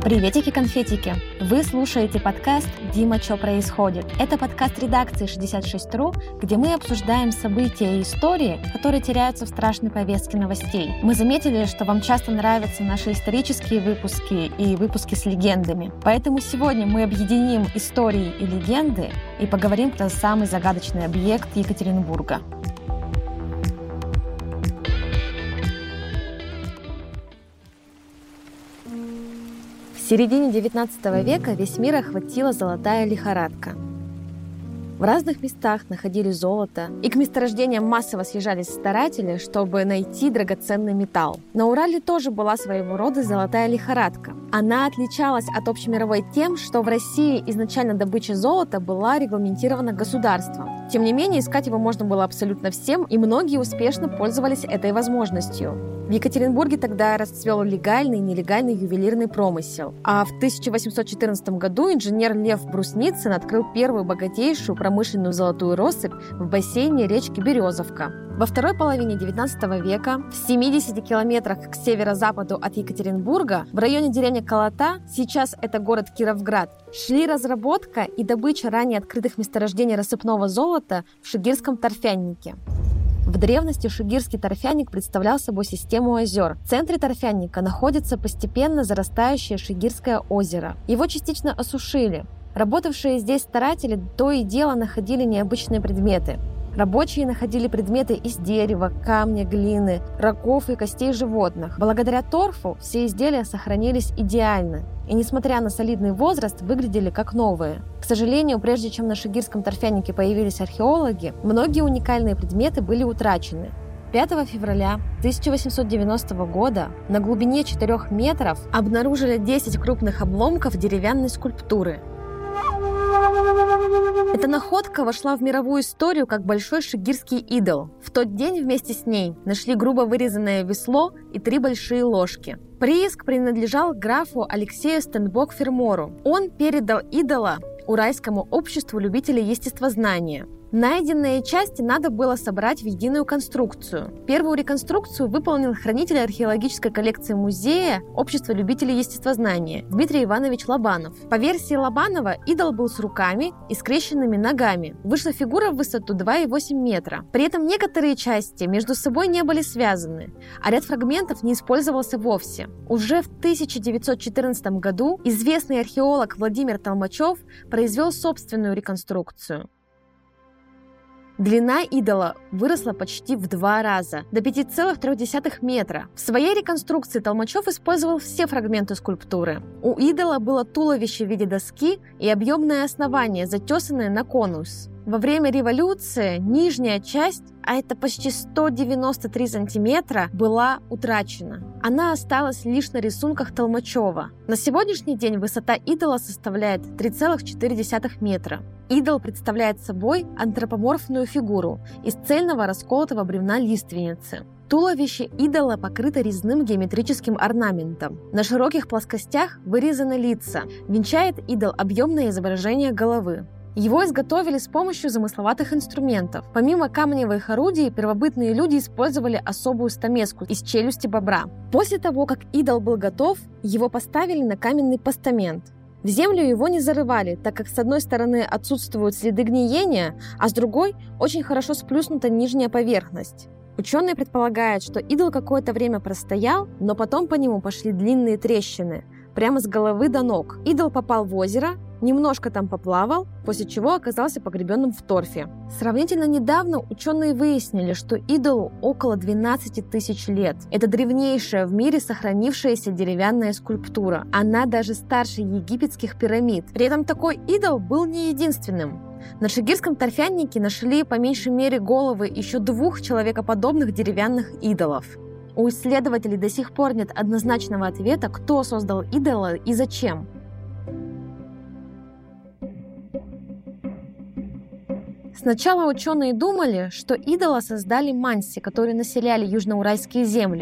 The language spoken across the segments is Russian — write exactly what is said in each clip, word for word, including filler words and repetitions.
Приветики-конфетики! Вы слушаете подкаст «Дима, чё происходит?». Это подкаст редакции шестьдесят шесть точка ру, где мы обсуждаем события и истории, которые теряются в страшной повестке новостей. Мы заметили, что вам часто нравятся наши исторические выпуски и выпуски с легендами. Поэтому сегодня мы объединим истории и легенды и поговорим про самый загадочный объект Екатеринбурга. В середине девятнадцатого века весь мир охватила золотая лихорадка. В разных местах находили золото, и к месторождениям массово съезжались старатели, чтобы найти драгоценный металл. На Урале тоже была своего рода золотая лихорадка. Она отличалась от общемировой тем, что в России изначально добыча золота была регламентирована государством. Тем не менее, искать его можно было абсолютно всем, и многие успешно пользовались этой возможностью. В Екатеринбурге тогда расцвел легальный и нелегальный ювелирный промысел. А в тысяча восемьсот четырнадцатом году инженер Лев Брусницын открыл первую богатейшую промышленную золотую россыпь в бассейне речки Березовка. Во второй половине девятнадцатого века в семидесяти километрах к северо-западу от Екатеринбурга, в районе деревни Колота, сейчас это город Кировград, шли разработка и добыча ранее открытых месторождений рассыпного золота в Шигирском торфяннике. В древности шигирский торфяник представлял собой систему озер. В центре торфяника находится постепенно зарастающее Шигирское озеро. Его частично осушили. Работавшие здесь старатели то и дело находили необычные предметы. Рабочие находили предметы из дерева, камня, глины, рогов и костей животных. Благодаря торфу все изделия сохранились идеально и, несмотря на солидный возраст, выглядели как новые. К сожалению, прежде чем на Шигирском торфянике появились археологи, многие уникальные предметы были утрачены. пятого февраля тысяча восемьсот девяностого года на глубине четырёх метров обнаружили десять крупных обломков деревянной скульптуры. Эта находка вошла в мировую историю как большой шигирский идол. В тот день вместе с ней нашли грубо вырезанное весло и три большие ложки. Прииск принадлежал графу Алексею Стенбок-Фермору. Он передал идола Уральскому обществу любителей естествознания. Найденные части надо было собрать в единую конструкцию. Первую реконструкцию выполнил хранитель археологической коллекции музея Общества любителей естествознания Дмитрий Иванович Лобанов. По версии Лобанова, идол был с руками и скрещенными ногами. Вышла фигура в высоту два и восемь метра. При этом некоторые части между собой не были связаны, а ряд фрагментов не использовался вовсе. Уже в тысяча девятьсот четырнадцатом году известный археолог Владимир Толмачев произвел собственную реконструкцию. Длина идола выросла почти в два раза, до пяти целых трёх десятых метра. В своей реконструкции Толмачев использовал все фрагменты скульптуры. У идола было туловище в виде доски и объемное основание, затесанное на конус. Во время революции нижняя часть, а это почти сто девяносто три сантиметра, была утрачена. Она осталась лишь на рисунках Толмачева. На сегодняшний день высота идола составляет три целых четыре десятых метра. Идол представляет собой антропоморфную фигуру из цельного расколотого бревна лиственницы. Туловище идола покрыто резным геометрическим орнаментом. На широких плоскостях вырезаны лица. Венчает идол объемное изображение головы. Его изготовили с помощью замысловатых инструментов. Помимо камневых орудий, первобытные люди использовали особую стамеску из челюсти бобра. После того, как идол был готов, его поставили на каменный постамент. В землю его не зарывали, так как с одной стороны отсутствуют следы гниения, а с другой очень хорошо сплюснута нижняя поверхность. Ученые предполагают, что идол какое-то время простоял, но потом по нему пошли длинные трещины, прямо с головы до ног. Идол попал в озеро, немножко там поплавал, после чего оказался погребенным в торфе. Сравнительно недавно ученые выяснили, что идолу около двенадцати тысяч лет. Это древнейшая в мире сохранившаяся деревянная скульптура. Она даже старше египетских пирамид. При этом такой идол был не единственным. На Шигирском торфянике нашли по меньшей мере головы еще двух человекоподобных деревянных идолов. У исследователей до сих пор нет однозначного ответа, кто создал идола и зачем. Сначала ученые думали, что идола создали манси, которые населяли южноуральские земли.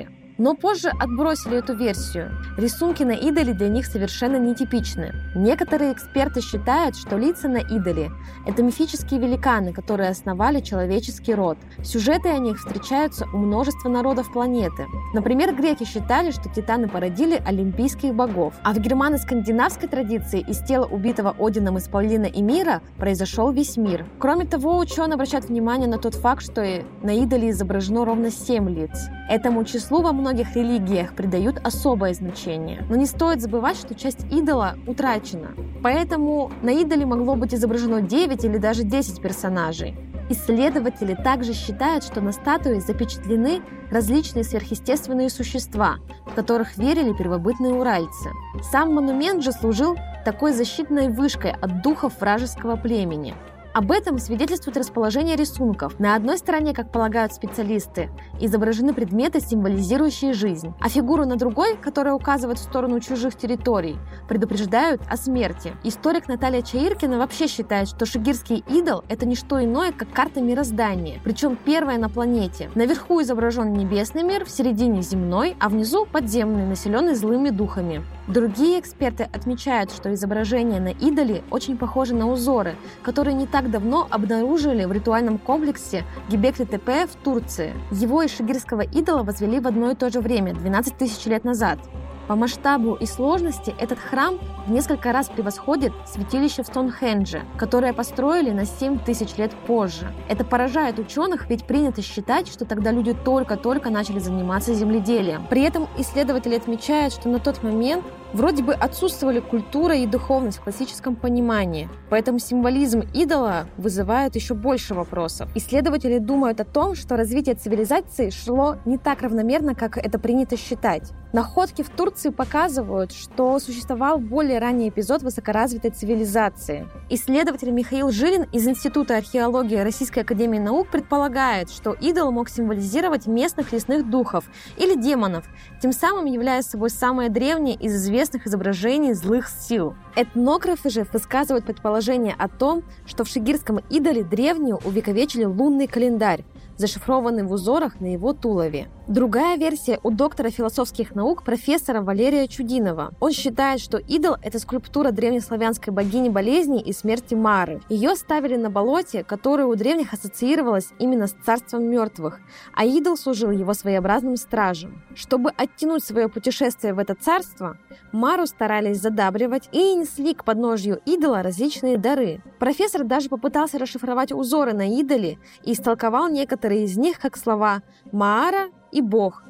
Но позже отбросили эту версию. Рисунки на идоле для них совершенно нетипичны. Некоторые эксперты считают, что лица на идоле – это мифические великаны, которые основали человеческий род. Сюжеты о них встречаются у множества народов планеты. Например, греки считали, что титаны породили олимпийских богов, а в германо-скандинавской традиции из тела убитого Одином исполина и мира произошел весь мир. Кроме того, ученые обращают внимание на тот факт, что на идоле изображено ровно семь лиц. Этому числу во многих религиях придают особое значение. Но не стоит забывать, что часть идола утрачена. Поэтому на идоле могло быть изображено девять или даже десять персонажей. Исследователи также считают, что на статуе запечатлены различные сверхъестественные существа, в которых верили первобытные уральцы. Сам монумент же служил такой защитной вышкой от духов вражеского племени. Об этом свидетельствует расположение рисунков. На одной стороне, как полагают специалисты, изображены предметы, символизирующие жизнь, а фигуру на другой, которая указывает в сторону чужих территорий, предупреждают о смерти. Историк Наталья Чаиркина вообще считает, что шигирский идол – это не что иное, как карта мироздания, причем первая на планете. Наверху изображен небесный мир, в середине земной, а внизу подземный, населенный злыми духами. Другие эксперты отмечают, что изображения на идоле очень похожи на узоры, которые не так давно обнаружили в ритуальном комплексе Гебекли-Тепе в Турции. Его и шигирского идола возвели в одно и то же время, двенадцать тысяч лет назад. По масштабу и сложности этот храм в несколько раз превосходит святилище в Стоунхендже, которое построили на семь тысяч лет позже. Это поражает ученых, ведь принято считать, что тогда люди только-только начали заниматься земледелием. При этом исследователи отмечают, что на тот момент вроде бы отсутствовали культура и духовность в классическом понимании, поэтому символизм идола вызывает еще больше вопросов. Исследователи думают о том, что развитие цивилизации шло не так равномерно, как это принято считать. Находки в Турции показывают, что существовал более ранний эпизод высокоразвитой цивилизации. Исследователь Михаил Жилин из Института археологии Российской академии наук предполагает, что идол мог символизировать местных лесных духов или демонов, тем самым являя собой самое древнее из известных изображений злых сил. Этнографы же высказывают предположение о том, что в шигирском идоле древние увековечили лунный календарь, зашифрованный в узорах на его тулове. Другая версия у доктора философских наук профессора Валерия Чудинова. Он считает, что идол – это скульптура древнеславянской богини болезней и смерти Мары. Ее ставили на болоте, которое у древних ассоциировалось именно с царством мертвых, а идол служил его своеобразным стражем. Чтобы оттянуть свое путешествие в это царство, Мару старались задабривать и несли к подножью идола различные дары. Профессор даже попытался расшифровать узоры на идоле и истолковал некоторые из них как слова «Маара» и «Бог».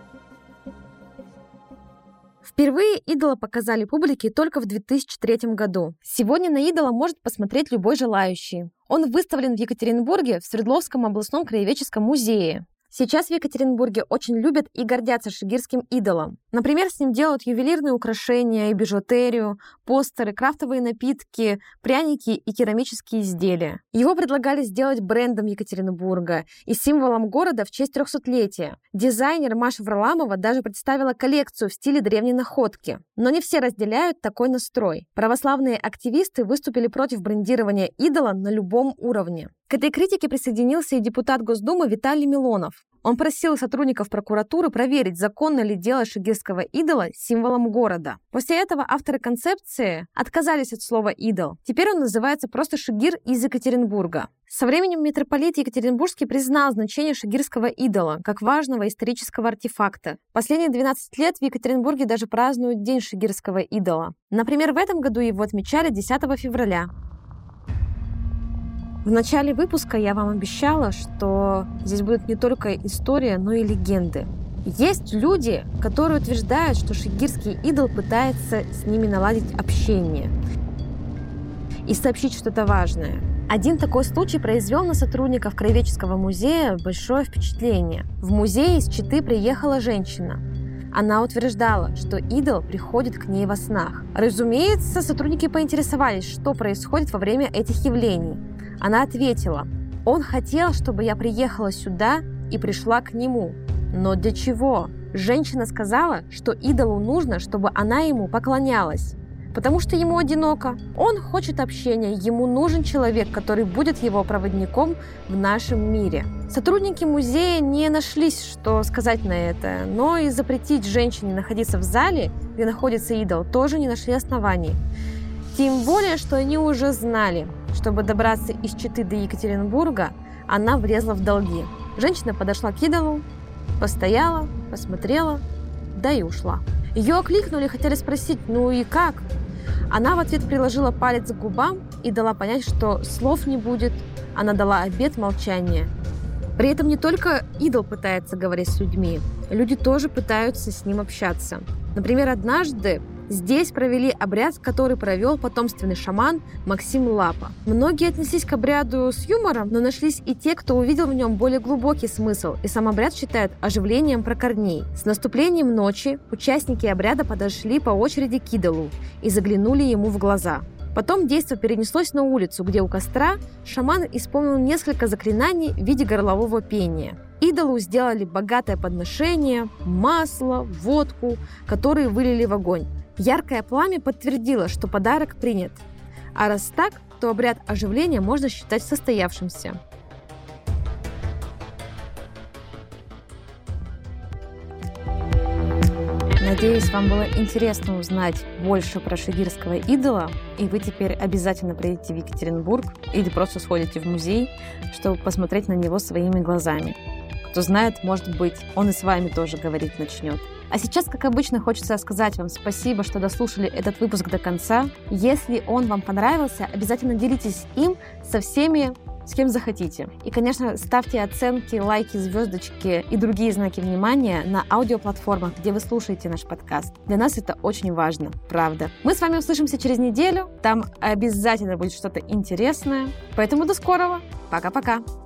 Впервые идола показали публике только в две тысячи третьем году. Сегодня на идола может посмотреть любой желающий. Он выставлен в Екатеринбурге в Свердловском областном краеведческом музее. Сейчас в Екатеринбурге очень любят и гордятся шигирским идолом. Например, с ним делают ювелирные украшения и бижутерию, постеры, крафтовые напитки, пряники и керамические изделия. Его предлагали сделать брендом Екатеринбурга и символом города в честь трехсотлетия. Дизайнер Маша Варламова даже представила коллекцию в стиле древней находки. Но не все разделяют такой настрой. Православные активисты выступили против брендирования идола на любом уровне. К этой критике присоединился и депутат Госдумы Виталий Милонов. Он просил сотрудников прокуратуры проверить, законно ли делать шигирского идола символом города. После этого авторы концепции отказались от слова «идол». Теперь он называется просто Шигир из Екатеринбурга. Со временем митрополит Екатеринбургский признал значение шигирского идола как важного исторического артефакта. Последние двенадцать лет в Екатеринбурге даже празднуют День шигирского идола. Например, в этом году его отмечали десятого февраля. В начале выпуска я вам обещала, что здесь будет не только история, но и легенды. Есть люди, которые утверждают, что шигирский идол пытается с ними наладить общение и сообщить что-то важное. Один такой случай произвел на сотрудников краеведческого музея большое впечатление. В музей из Читы приехала женщина. Она утверждала, что идол приходит к ней во снах. Разумеется, сотрудники поинтересовались, что происходит во время этих явлений. Она ответила: «Он хотел, чтобы я приехала сюда и пришла к нему. Но для чего?» Женщина сказала, что идолу нужно, чтобы она ему поклонялась. Потому что ему одиноко. Он хочет общения, ему нужен человек, который будет его проводником в нашем мире. Сотрудники музея не нашлись, что сказать на это, но и запретить женщине находиться в зале, где находится идол, тоже не нашли оснований. Тем более, что они уже знали, чтобы добраться из Читы до Екатеринбурга, она влезла в долги. Женщина подошла к идолу, постояла, посмотрела, да и ушла. Ее окликнули, хотели спросить, ну и как? Она в ответ приложила палец к губам и дала понять, что слов не будет. Она дала обет молчания. При этом не только идол пытается говорить с людьми, люди тоже пытаются с ним общаться. Например, однажды здесь провели обряд, который провел потомственный шаман Максим Лапа. Многие отнеслись к обряду с юмором, но нашлись и те, кто увидел в нем более глубокий смысл, и сам обряд считают оживлением прокорней. С наступлением ночи участники обряда подошли по очереди к идолу и заглянули ему в глаза. Потом действо перенеслось на улицу, где у костра шаман исполнил несколько заклинаний в виде горлового пения. Идолу сделали богатое подношение, масло, водку, которые вылили в огонь. Яркое пламя подтвердило, что подарок принят. А раз так, то обряд оживления можно считать состоявшимся. Надеюсь, вам было интересно узнать больше про шигирского идола, и вы теперь обязательно приедете в Екатеринбург или просто сходите в музей, чтобы посмотреть на него своими глазами. Кто знает, может быть, он и с вами тоже говорить начнет. А сейчас, как обычно, хочется сказать вам спасибо, что дослушали этот выпуск до конца. Если он вам понравился, обязательно делитесь им со всеми, с кем захотите. И, конечно, ставьте оценки, лайки, звездочки и другие знаки внимания на аудиоплатформах, где вы слушаете наш подкаст. Для нас это очень важно, правда. Мы с вами услышимся через неделю. Там обязательно будет что-то интересное. Поэтому до скорого. Пока-пока.